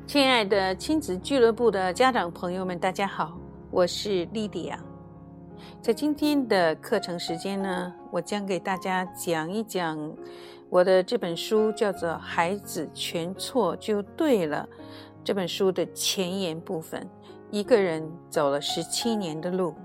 亲爱的亲子俱乐部的家长朋友们，大家好，我是莉迪亚。在今天的课程时间呢，我将给大家讲一讲我的这本书，叫做《孩子全错就对了》。这本书的前言部分，一个人走了17年的路。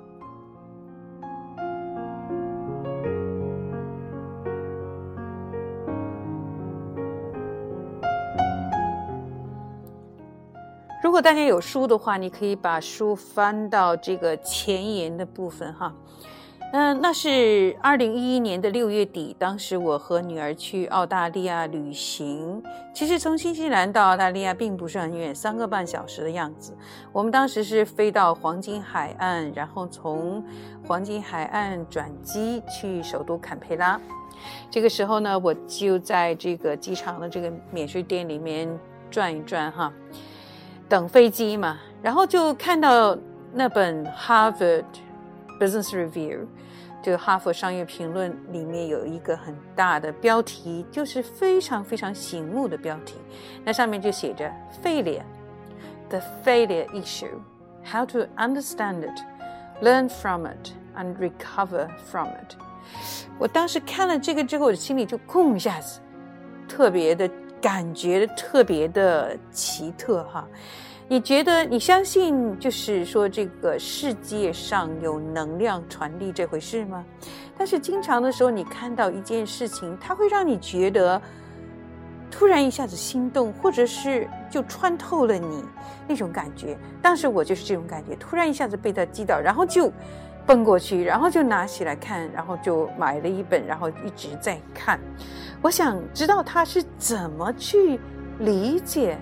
如果大家有书的话，你可以把书翻到这个前言的部分哈。那是2011年的6月底，当时我和女儿去澳大利亚旅行。其实从新西兰到澳大利亚并不是很远，3个半小时的样子。我们当时是飞到黄金海岸，然后从黄金海岸转机去首都坎培拉。这个时候呢，我就在这个机场的这个免税店里面转一转哈，等飞机嘛，然后就看到那本 Harvard Business Review， 这个哈佛商业评论里面有一个很大的标题，就是非常非常醒目的标题，那上面就写着 Failure, the failure issue, how to understand it, learn from it, and recover from it。 我当时看了这个之后，我的心里就空一下子，特别的感觉特别的奇特哈。你觉得你相信就是说这个世界上有能量传递这回事吗？但是经常的时候你看到一件事情，它会让你觉得突然一下子心动，或者是就穿透了你那种感觉。当时我就是这种感觉，突然一下子被它击倒，然后就奔过去，然后就拿起来看，然后就买了一本，然后一直在看。我想知道他是怎么去理解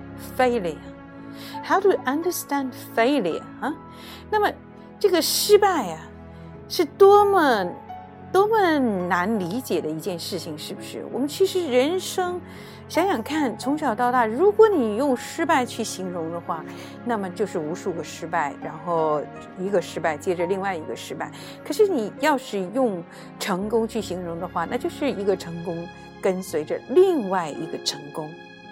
failure，How to understand failure 啊？那么这个失败啊，是多么难理解的一件事情，是不是？我们其实人生想想看，从小到大，如果你用失败去形容的话，那么就是无数个失败，然后一个失败接着另外一个失败。可是你要是用成功去形容的话，那就是一个成功跟随着另外一个成功。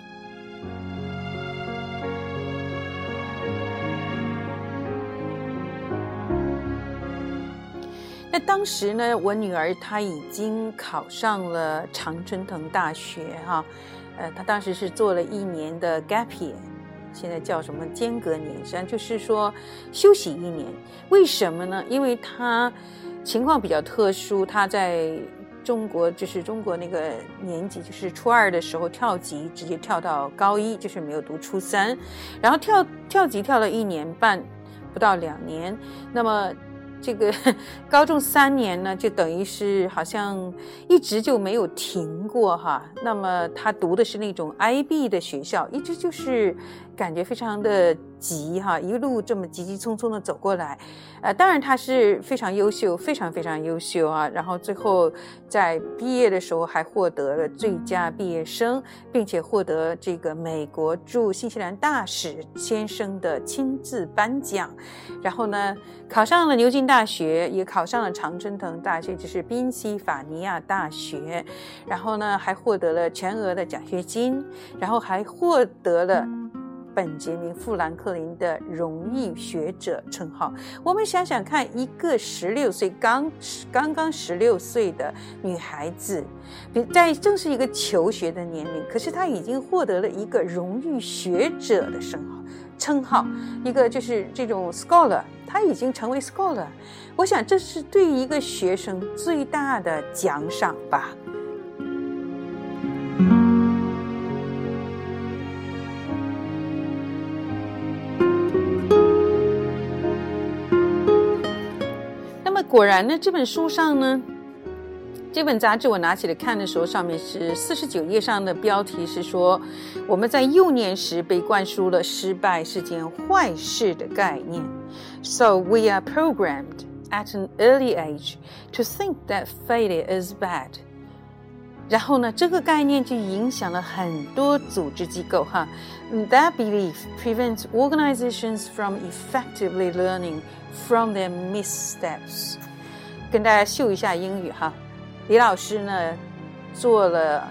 那当时呢，我女儿她已经考上了常春藤大学哈，她当时是做了1年的 gap year， 现在叫什么间隔年，实际上就是说休息1年。为什么呢？因为她情况比较特殊，她在中国那个年级，就是初2的时候跳级，直接跳到高1，就是没有读初3，然后跳级跳了1年半，不到2年。那么这个高中3年呢，就等于是好像一直就没有停过哈。那么他读的是那种 IB 的学校，一直就是感觉非常的急哈，一路这么急急匆匆的走过来。当然他是非常优秀，非常非常优秀啊。然后最后在毕业的时候还获得了最佳毕业生，并且获得这个美国驻新西兰大使先生的亲自颁奖。然后呢，考上了牛津大学，也考上了常春藤大学，就是宾夕法尼亚大学。然后呢，还获得了全额的奖学金，然后还获得了本杰明·富兰克林的荣誉学者称号。我们想想看，一个16岁刚刚16岁的女孩子，在正是一个求学的年龄，可是她已经获得了一个荣誉学者的称号，一个就是这种 scholar， 她已经成为 scholar。我想这是对一个学生最大的奖赏吧。果然呢，这本书上呢，这本杂志我拿起来看的时候，上面是49页上的标题是说，我们在幼年时被灌输了失败是件坏事的概念。So we are programmed at an early age to think that failure is bad。然后呢，这个概念就影响了很多组织机构哈。That belief prevents organizations from effectively learning from their missteps。跟大家秀一下英语哈，李老师呢做了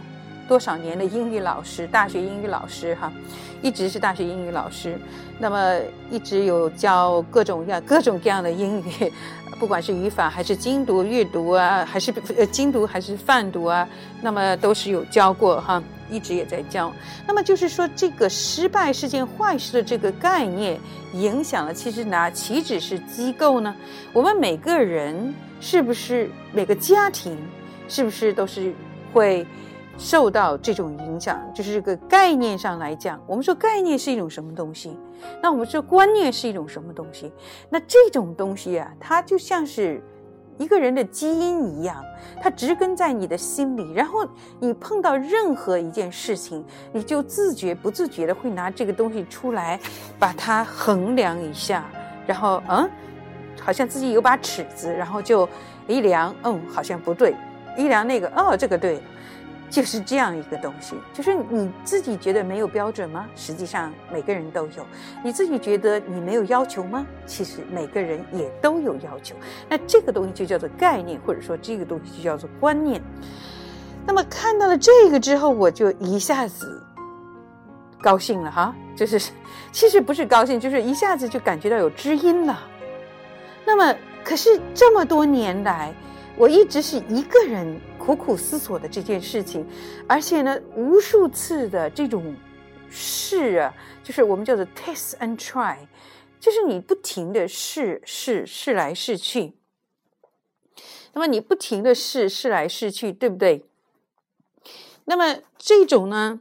多少年的英语老师，大学英语老师哈，一直是大学英语老师，那么一直有教各种各样的英语，不管是语法还是精读、阅读啊，还是精读还是泛读啊，那么都是有教过哈，一直也在教。那么就是说，这个失败是件坏事的这个概念，影响了岂止是机构呢？我们每个人是不是每个家庭是不是都是会受到这种影响？就是这个概念上来讲，我们说概念是一种什么东西，那我们说观念是一种什么东西，那这种东西啊，它就像是一个人的基因一样，它植根在你的心里，然后你碰到任何一件事情，你就不自觉的会拿这个东西出来把它衡量一下，然后好像自己有把尺子，然后就一量，好像不对，一量那个，这个对了，就是这样一个东西。就是你自己觉得没有标准吗？实际上每个人都有。你自己觉得你没有要求吗？其实每个人也都有要求。那这个东西就叫做概念，或者说这个东西就叫做观念。那么看到了这个之后，我就一下子高兴了哈，就是其实不是高兴，就是一下子就感觉到有知音了。那么可是这么多年来，我一直是一个人苦苦思索的这件事情，而且呢，无数次的这种试啊，就是我们叫做 test and try， 就是你不停的试来试去，那么你不停的试来试去，对不对？那么这种呢，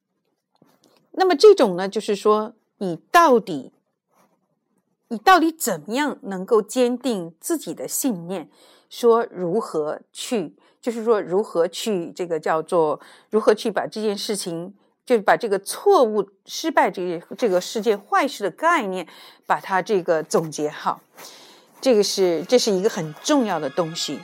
就是说你到底怎么样能够坚定自己的信念，说如何去这个叫做如何去把这件事情，就是把这个错误失败这个事件坏事的概念把它这个总结好，这是一个很重要的东西。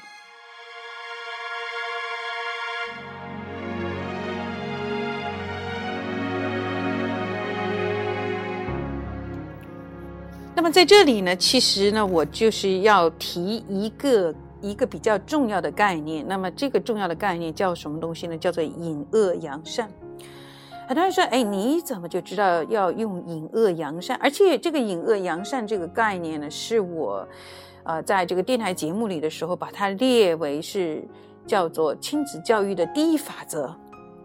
那么在这里呢，其实呢，我就是要提一个比较重要的概念。那么这个重要的概念叫什么东西呢？叫做隐恶扬善。很多人说，你怎么就知道要用隐恶扬善？而且这个隐恶扬善这个概念呢，是我在这个电台节目里的时候把它列为是叫做亲子教育的第一法则。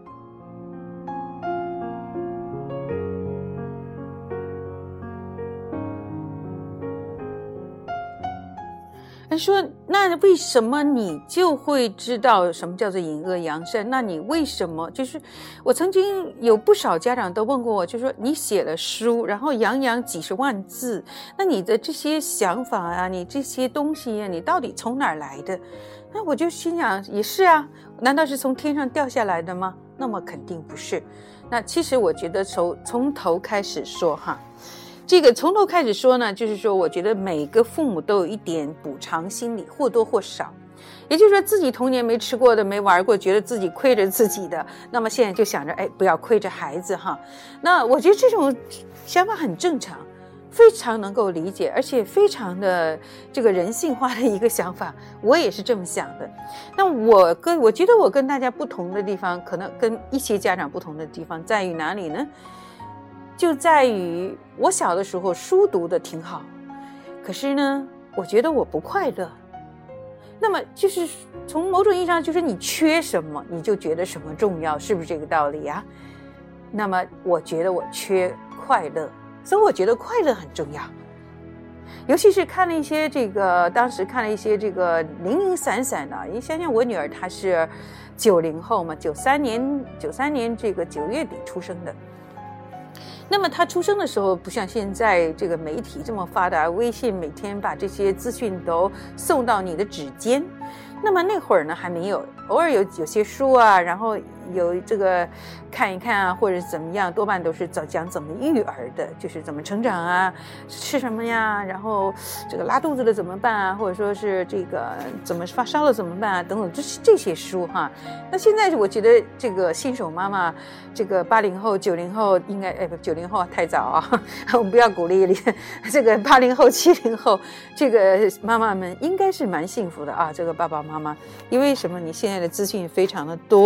说那为什么你就会知道什么叫做隐恶扬善？那你为什么就是我曾经有不少家长都问过我，就说你写了书，然后洋几十万字，那你的这些想法啊，你这些东西啊，你到底从哪儿来的？那我就心想，也是啊，难道是从天上掉下来的吗？那么肯定不是。那其实我觉得从头开始说哈。这个从头开始说呢，就是说我觉得每个父母都有一点补偿心理，或多或少，也就是说自己童年没吃过的没玩过，觉得自己亏着自己的，那么现在就想着不要亏着孩子哈。那我觉得这种想法很正常，非常能够理解，而且非常的这个人性化的一个想法，我也是这么想的。那我觉得我跟大家不同的地方，可能跟一些家长不同的地方在于哪里呢？就在于我小的时候书读得挺好，可是呢，我觉得我不快乐。那么就是从某种意义上，就是你缺什么，你就觉得什么重要，是不是这个道理啊？那么我觉得我缺快乐，所以我觉得快乐很重要。尤其是看了一些当时看了一些这个零零散散的，你想想我女儿她是90后嘛，93年这个9月底出生的。那么他出生的时候不像现在这个媒体这么发达，微信每天把这些资讯都送到你的指尖。那么那会儿呢还没有，偶尔有些书啊，然后有这个看一看啊，或者怎么样，多半都是讲怎么育儿的，就是怎么成长啊，吃什么呀，然后这个拉肚子了怎么办啊，或者说是这个怎么发烧了怎么办啊，等等，这些书哈。那现在我觉得这个新手妈妈，这个80后90后应该90后太早啊，我们不要鼓励这个80后70后这个妈妈们应该是蛮幸福的啊，这个爸爸妈妈，因为什么？你现在的资讯非常的多，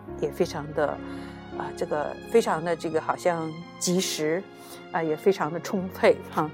也非常的非常的好像及时也非常的充沛哈。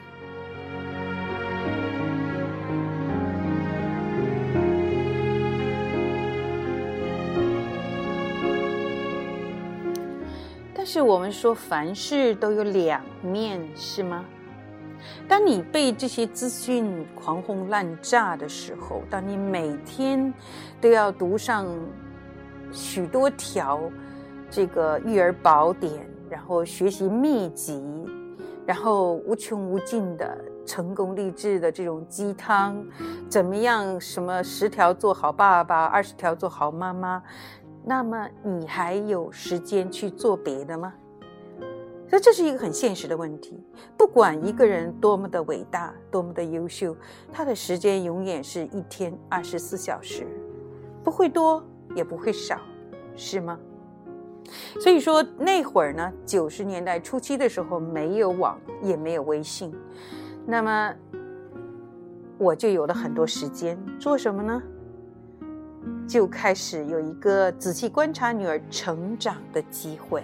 但是我们说凡事都有两面，是吗？当你被这些资讯狂轰滥炸的时候，当你每天都要读上许多条这个育儿宝典，然后学习秘籍，然后无穷无尽的成功励志的这种鸡汤，怎么样什么10条做好爸爸，20条做好妈妈，那么你还有时间去做别的吗？所以这是一个很现实的问题。不管一个人多么的伟大，多么的优秀，他的时间永远是一天24小时，不会多也不会少，是吗？所以说那会儿呢，90年代初期的时候，没有网也没有微信，那么我就有了很多时间做什么呢？就开始有一个仔细观察女儿成长的机会。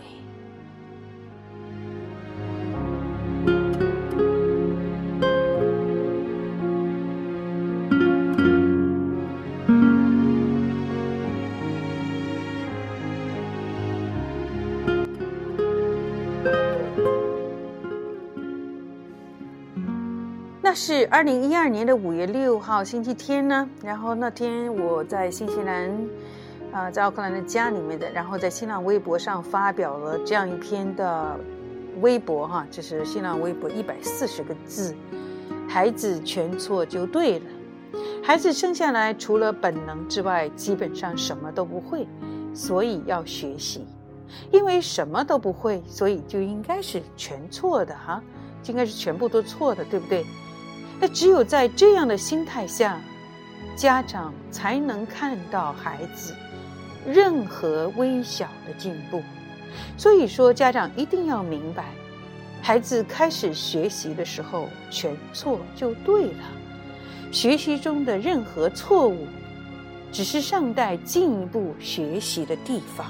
那是2012年的5月6号星期天呢，然后那天我在新西兰在奥克兰的家里面的，然后在新浪微博上发表了这样一篇的微博哈，这是新浪微博140个字，孩子全错就对了。孩子生下来除了本能之外，基本上什么都不会，所以要学习。因为什么都不会，所以就应该是全错的哈，就应该是全部都错的，对不对？那只有在这样的心态下，家长才能看到孩子任何微小的进步。所以说家长一定要明白，孩子开始学习的时候，全错就对了。学习中的任何错误，只是尚待进一步学习的地方。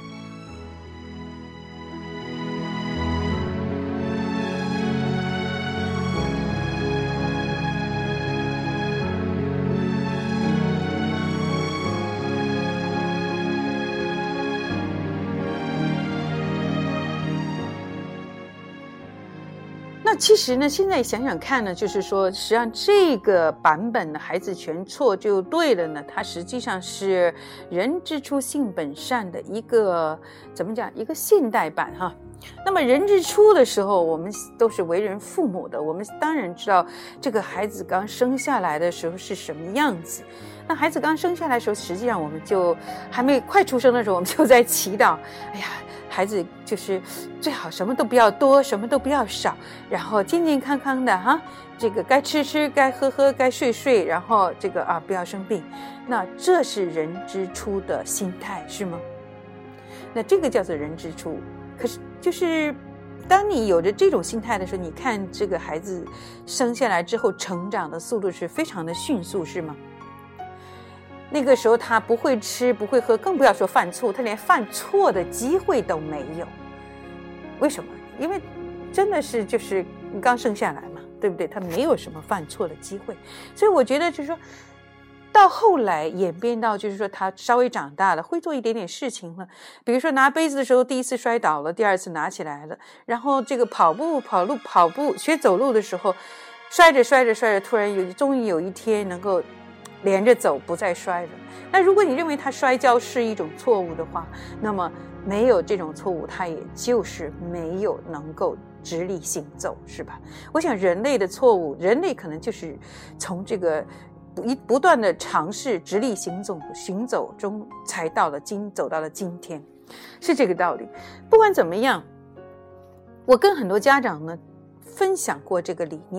那其实呢，现在想想看呢，就是说实际上这个版本的孩子全错就对了呢，它实际上是人之初性本善的一个怎么讲，一个现代版哈。那么人之初的时候，我们都是为人父母的，我们当然知道这个孩子刚生下来的时候是什么样子。那孩子刚生下来的时候，实际上我们就还没快出生的时候，我们就在祈祷，哎呀，孩子就是最好什么都不要多，什么都不要少，然后健健康康的哈，这个该吃吃，该喝喝，该睡睡，然后这个不要生病。那这是人之初的心态，是吗？那这个叫做人之初。可是就是当你有着这种心态的时候，你看这个孩子生下来之后成长的速度是非常的迅速，是吗？那个时候他不会吃不会喝，更不要说犯错，他连犯错的机会都没有。为什么？因为真的是就是刚生下来嘛，对不对？他没有什么犯错的机会。所以我觉得就是说到后来演变到就是说他稍微长大了，会做一点点事情了，比如说拿杯子的时候第一次摔倒了，第二次拿起来了，然后这个跑步学走路的时候摔着突然终于有一天能够连着走不再摔了。那如果你认为他摔跤是一种错误的话，那么没有这种错误，他也就是没有能够直立行走，是吧？我想人类的错误，人类可能就是从这个不断的尝试直立行走中才走到了今天，是这个道理。不管怎么样，我跟很多家长呢分享过这个理念，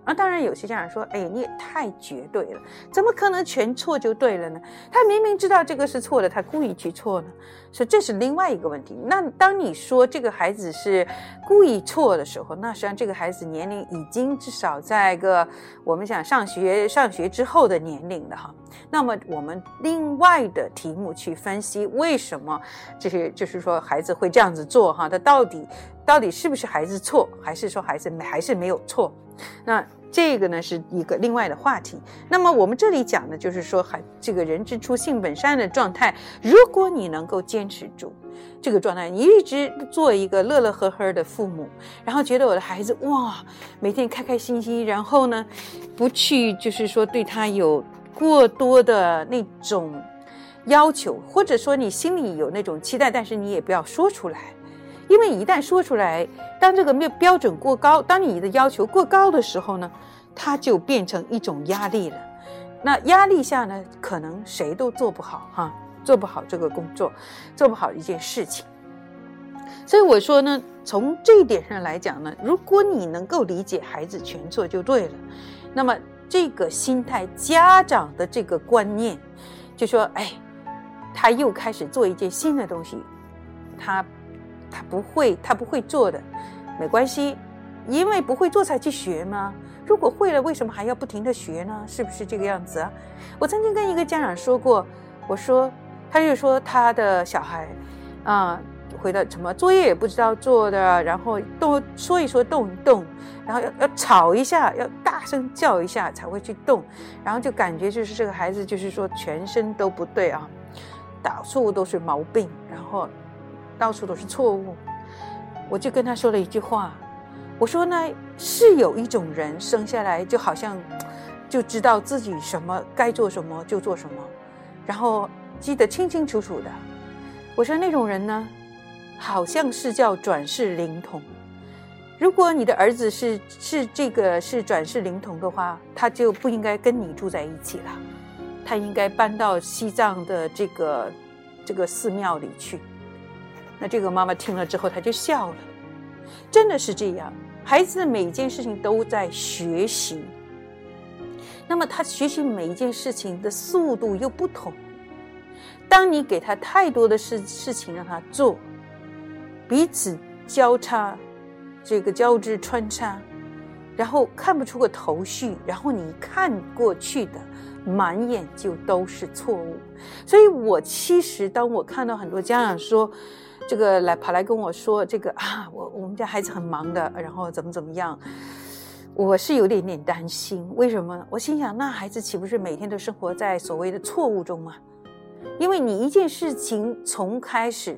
当然有些家长说，哎，你也太绝对了，怎么可能全错就对了呢？他明明知道这个是错的，他故意去错呢？所以这是另外一个问题。那当你说这个孩子是故意错的时候，那实际上这个孩子年龄已经至少在一个我们想上学之后的年龄了哈。那么我们另外的题目去分析为什么就是说孩子会这样子做哈，他到底是不是孩子错，还是说孩子还是没有错？那这个呢是一个另外的话题。那么我们这里讲的就是说，这个人之初性本善的状态，如果你能够坚持住这个状态，你一直做一个乐乐呵呵的父母，然后觉得我的孩子哇，每天开开心心，然后呢不去就是说对他有过多的那种要求，或者说你心里有那种期待，但是你也不要说出来。因为一旦说出来，当这个标准过高，当你的要求过高的时候呢，它就变成一种压力了。那压力下呢，可能谁都做不好哈，做不好这个工作，做不好一件事情。所以我说呢，从这一点上来讲呢，如果你能够理解孩子全错就对了，那么这个心态，家长的这个观念，就说，哎，他又开始做一件新的东西，他不会做的，没关系，因为不会做才去学嘛。如果会了，为什么还要不停的学呢？是不是这个样子啊？我曾经跟一个家长说过，我说，他就说他的小孩回到什么作业也不知道做的，然后说一说动一动，然后要吵一下，要大声叫一下才会去动，然后就感觉就是这个孩子就是说全身都不对啊，到处都是毛病，然后到处都是错误。我就跟他说了一句话，我说呢，是有一种人生下来就好像就知道自己什么该做什么就做什么，然后记得清清楚楚的。我说那种人呢，好像是叫转世灵童。如果你的儿子是转世灵童的话，他就不应该跟你住在一起了，他应该搬到西藏的这个寺庙里去。那这个妈妈听了之后，她就笑了。真的是这样，孩子的每一件事情都在学习，那么他学习每一件事情的速度又不同。当你给他太多的事情让他做，彼此交叉，这个交织穿插，然后看不出个头绪，然后你看过去的满眼就都是错误。所以我其实当我看到很多家长说这个跑来跟我说这个我们家孩子很忙的，然后怎么样，我是有点担心。为什么呢？我心想，那孩子岂不是每天都生活在所谓的错误中吗？因为你一件事情从开始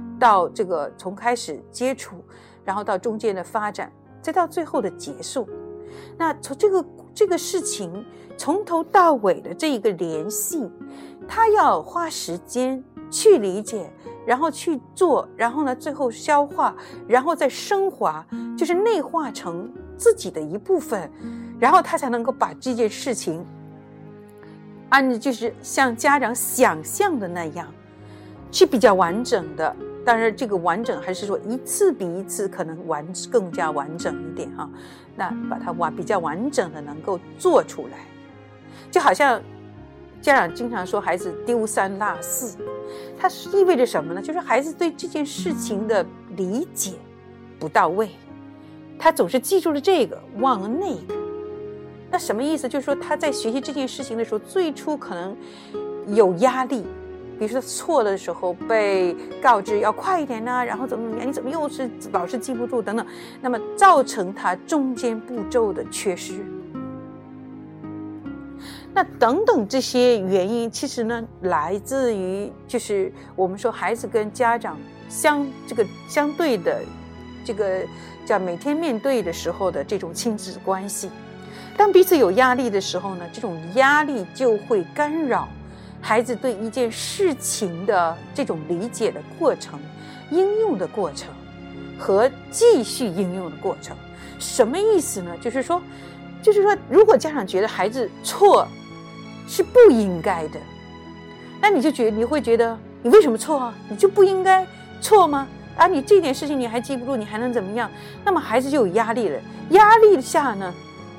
接触，然后到中间的发展，再到最后的结束，那从这个事情从头到尾的这一个联系，他要花时间去理解，然后去做，然后呢最后消化，然后再升华，就是内化成自己的一部分，然后他才能够把这件事情就是像家长想象的那样去比较完整的。当然这个完整还是说一次比一次可能更加完整一点哈，那把它比较完整的能够做出来。就好像家长经常说孩子丢三落四，它意味着什么呢？就是孩子对这件事情的理解不到位，他总是记住了这个忘了那个。那什么意思？就是说他在学习这件事情的时候，最初可能有压力，比如说错了的时候被告知要快一点啊，然后怎么样，你怎么又是老是记不住等等，那么造成他中间步骤的缺失。那等等这些原因，其实呢，来自于就是我们说孩子跟家长相对的这个叫每天面对的时候的这种亲子关系。当彼此有压力的时候呢，这种压力就会干扰孩子对一件事情的这种理解的过程、应用的过程和继续应用的过程。什么意思呢？就是说如果家长觉得孩子错是不应该的，那你会觉得你为什么错啊？你就不应该错吗？你这点事情你还记不住，你还能怎么样？那么孩子就有压力了。压力下呢，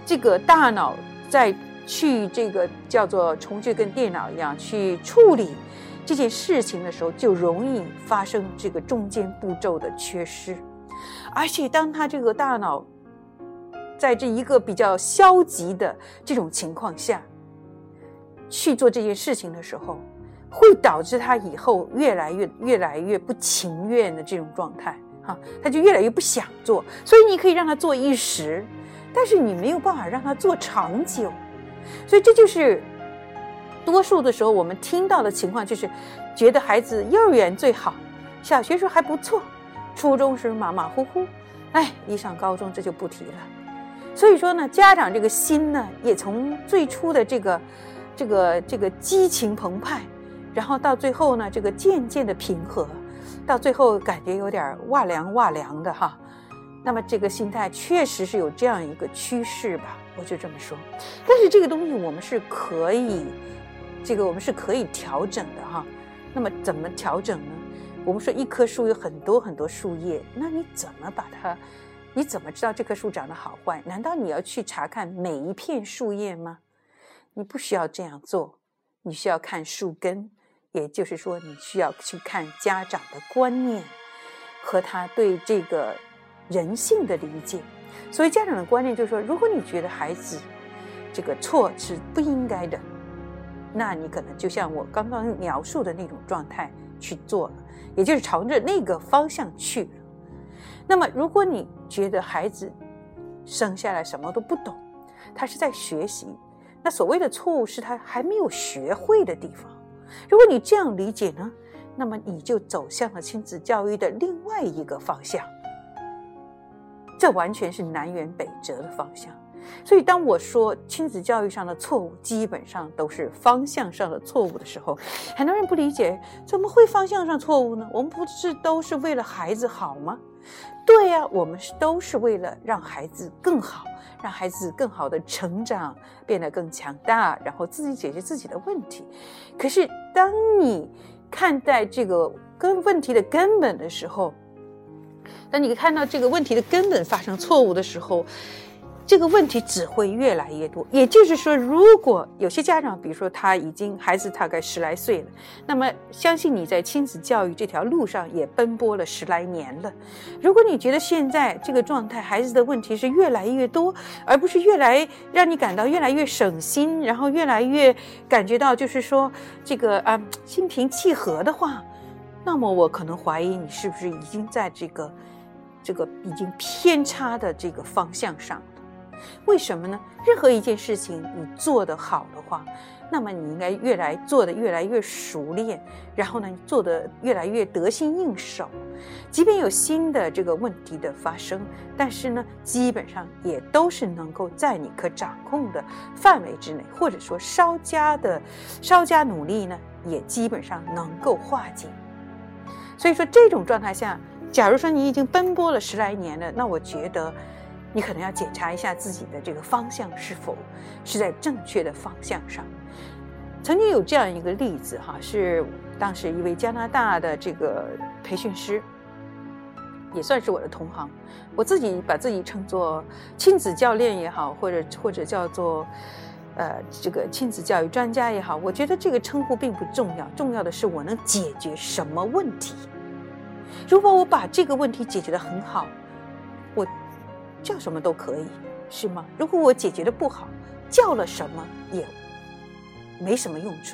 这个大脑在去这个叫做重去跟电脑一样去处理这件事情的时候，就容易发生这个中间步骤的缺失。而且当他这个大脑在这一个比较消极的这种情况下去做这件事情的时候，会导致他以后越来越不情愿的这种状态他就越来越不想做。所以你可以让他做一时，但是你没有办法让他做长久。所以这就是多数的时候我们听到的情况，就是觉得孩子幼儿园最好，小学时候还不错，初中时马马虎虎，一上高中这就不提了。所以说呢，家长这个心呢，也从最初的这个激情澎湃，然后到最后呢，这个渐渐的平和，到最后感觉有点哇凉的哈。那么这个心态确实是有这样一个趋势吧，我就这么说。但是这个东西我们是可以调整的哈。那么怎么调整呢？我们说一棵树有很多树叶，那你怎么知道这棵树长得好坏？难道你要去查看每一片树叶吗？你不需要这样做，你需要看树根，也就是说你需要去看家长的观念和他对这个人性的理解。所以家长的观念就是说，如果你觉得孩子这个错是不应该的，那你可能就像我刚刚描述的那种状态去做了，也就是朝着那个方向去了。那么如果你觉得孩子生下来什么都不懂，他是在学习，那所谓的错误是他还没有学会的地方。如果你这样理解呢，那么你就走向了亲子教育的另外一个方向，这完全是南辕北辙的方向。所以当我说亲子教育上的错误基本上都是方向上的错误的时候，很多人不理解，怎么会方向上错误呢？我们不是都是为了孩子好吗？对呀，我们都是为了让孩子更好，让孩子更好的成长，变得更强大，然后自己解决自己的问题。可是当你看待这个问题的根本的时候，当你看到这个问题的根本发生错误的时候，这个问题只会越来越多。也就是说，如果有些家长比如说孩子大概10来岁了，那么相信你在亲子教育这条路上也奔波了10来年了。如果你觉得现在这个状态孩子的问题是越来越多，而不是让你感到越来越省心，然后越来越感觉到就是说这个心平气和的话，那么我可能怀疑你是不是已经在这个已经偏差的这个方向上了。为什么呢？任何一件事情你做得好的话，那么你应该做得越来越熟练，然后呢做得越来越得心应手。即便有新的这个问题的发生，但是呢基本上也都是能够在你可掌控的范围之内，或者说稍加努力呢，也基本上能够化解。所以说这种状态下，假如说你已经奔波了10来年了，那我觉得你可能要检查一下自己的这个方向是否是在正确的方向上。曾经有这样一个例子是当时一位加拿大的这个培训师，也算是我的同行，我自己把自己称作亲子教练也好，或者叫做这个亲子教育专家也好，我觉得这个称呼并不重要，重要的是我能解决什么问题。如果我把这个问题解决得很好，我叫什么都可以，是吗？如果我解决得不好，叫了什么也没什么用处。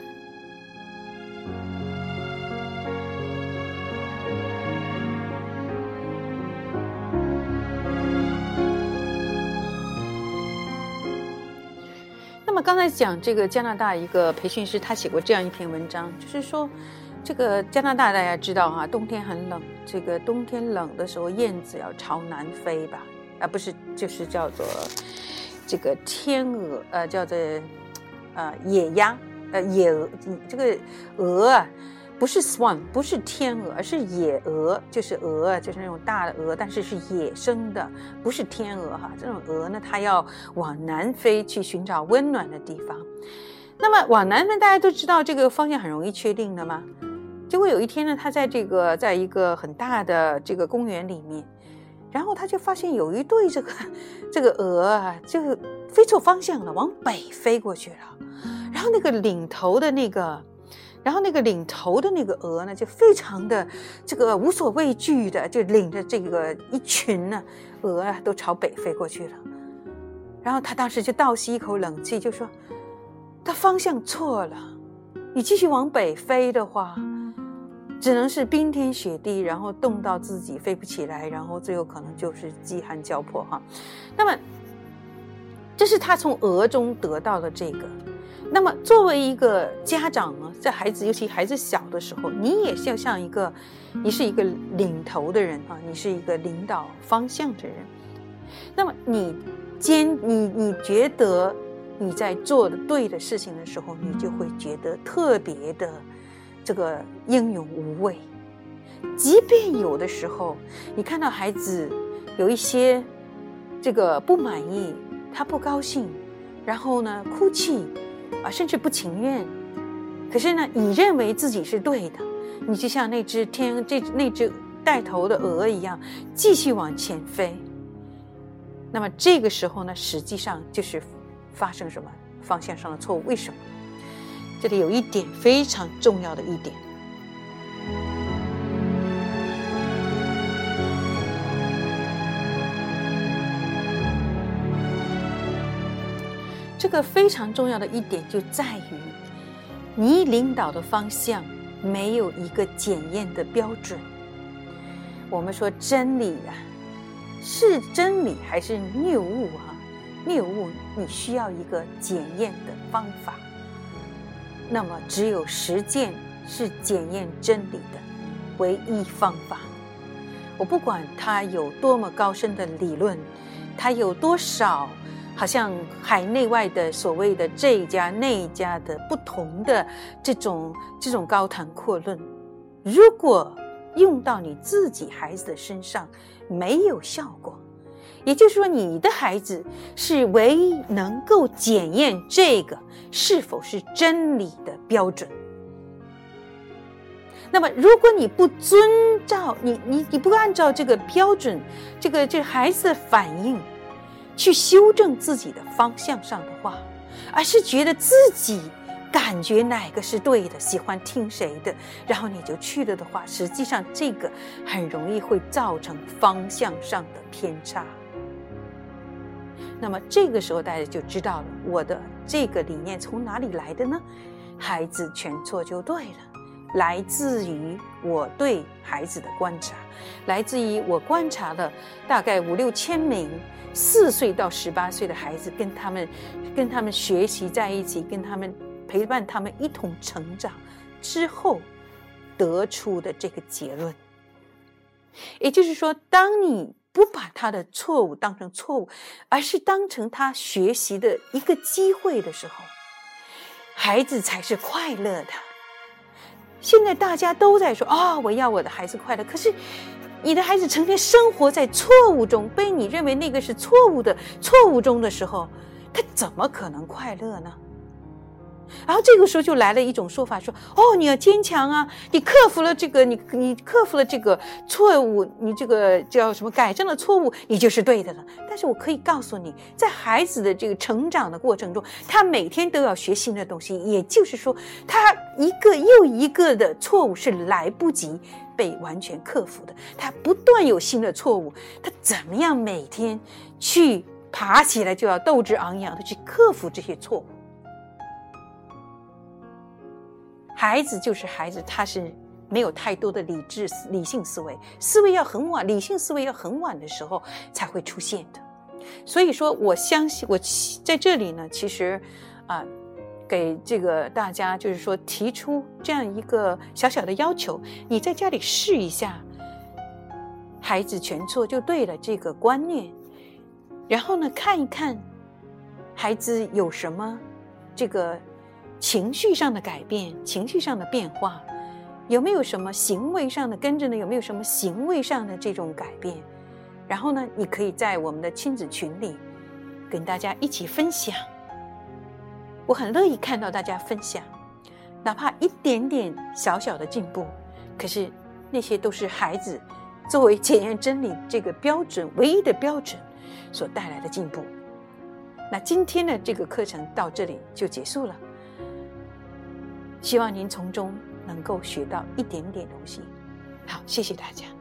那么刚才讲这个加拿大一个培训师，他写过这样一篇文章，就是说这个加拿大大家知道冬天很冷，这个冬天冷的时候燕子要朝南飞吧，不是，就是叫做这个天鹅，叫做野鸭，野鹅，这个鹅不是 swan， 不是天鹅，而是野鹅，就是鹅，就是那种大的鹅，但是是野生的，不是天鹅这种鹅呢，它要往南飞去寻找温暖的地方。那么往南呢，大家都知道这个方向很容易确定的嘛。结果有一天呢，他在一个很大的这个公园里面， 然后他就发现有一对这个鹅啊，就飞错方向了，往北飞过去了。然后那个领头的那个鹅呢，就非常的这个无所畏惧的，就领着这个一群呢鹅啊，都朝北飞过去了。然后他当时就倒吸一口冷气，就说：“他方向错了，你继续往北飞的话，只能是冰天雪地，然后冻到自己飞不起来，然后最后可能就是饥寒交迫哈。”那么，这是他从鹅中得到的这个。那么，作为一个家长呢，在孩子尤其孩子小的时候，你也是要像你是一个领头的人啊，你是一个领导方向的人。那么你觉得你在做的对的事情的时候，你就会觉得特别的这个英勇无畏。即便有的时候你看到孩子有一些这个不满意，他不高兴，然后呢哭泣啊，甚至不情愿，可是呢你认为自己是对的，你就像那只带头的鹅一样继续往前飞。那么这个时候呢，实际上就是发生什么方向上的错误。为什么？这里有一点非常重要的一点，这个非常重要的一点就在于，你领导的方向没有一个检验的标准。我们说真理啊，是真理还是谬误啊？谬误你需要一个检验的方法，那么只有实践是检验真理的唯一方法。我不管它有多么高深的理论，它有多少好像海内外的所谓的这一家那一家的不同的这种高谈阔论，如果用到你自己孩子的身上没有效果，也就是说你的孩子是唯一能够检验这个是否是真理的标准。那么如果你不遵照你不按照这个标准，这个孩子的反应去修正自己的方向上的话，而是觉得自己感觉哪个是对的，喜欢听谁的，然后你就去了的话，实际上这个很容易会造成方向上的偏差。那么这个时候大家就知道了，我的这个理念从哪里来的呢？孩子全错就对了，来自于我对孩子的观察，来自于我观察了大概5、6千名4岁到18岁的孩子，跟他们学习在一起，跟他们陪伴他们一同成长之后得出的这个结论。也就是说，当你不把他的错误当成错误，而是当成他学习的一个机会的时候，孩子才是快乐的。现在大家都在说我要我的孩子快乐，可是你的孩子成天生活在错误中，被你认为那个是错误中的时候，他怎么可能快乐呢？然后这个时候就来了一种说法，说你要坚强啊，你克服了这个你克服了这个错误，你这个叫什么改正了错误，你就是对的了。但是我可以告诉你，在孩子的这个成长的过程中，他每天都要学新的东西，也就是说他一个又一个的错误是来不及被完全克服的，他不断有新的错误，他怎么样每天去爬起来就要斗志昂扬的去克服这些错误。孩子就是孩子，他是没有太多的理性思维，要很晚，理性思维要很晚的时候才会出现的。所以说我相信，我在这里呢，其实给这个大家就是说提出这样一个小小的要求，你在家里试一下孩子全错就对了这个观念，然后呢看一看孩子有什么这个情绪上的改变，情绪上的变化，有没有什么行为上的跟着呢？有没有什么行为上的这种改变？然后呢，你可以在我们的亲子群里跟大家一起分享。我很乐意看到大家分享，哪怕一点点小小的进步，可是那些都是孩子作为检验真理这个标准唯一的标准所带来的进步。那今天的这个课程到这里就结束了，希望您从中能够学到一点点东西。好，谢谢大家。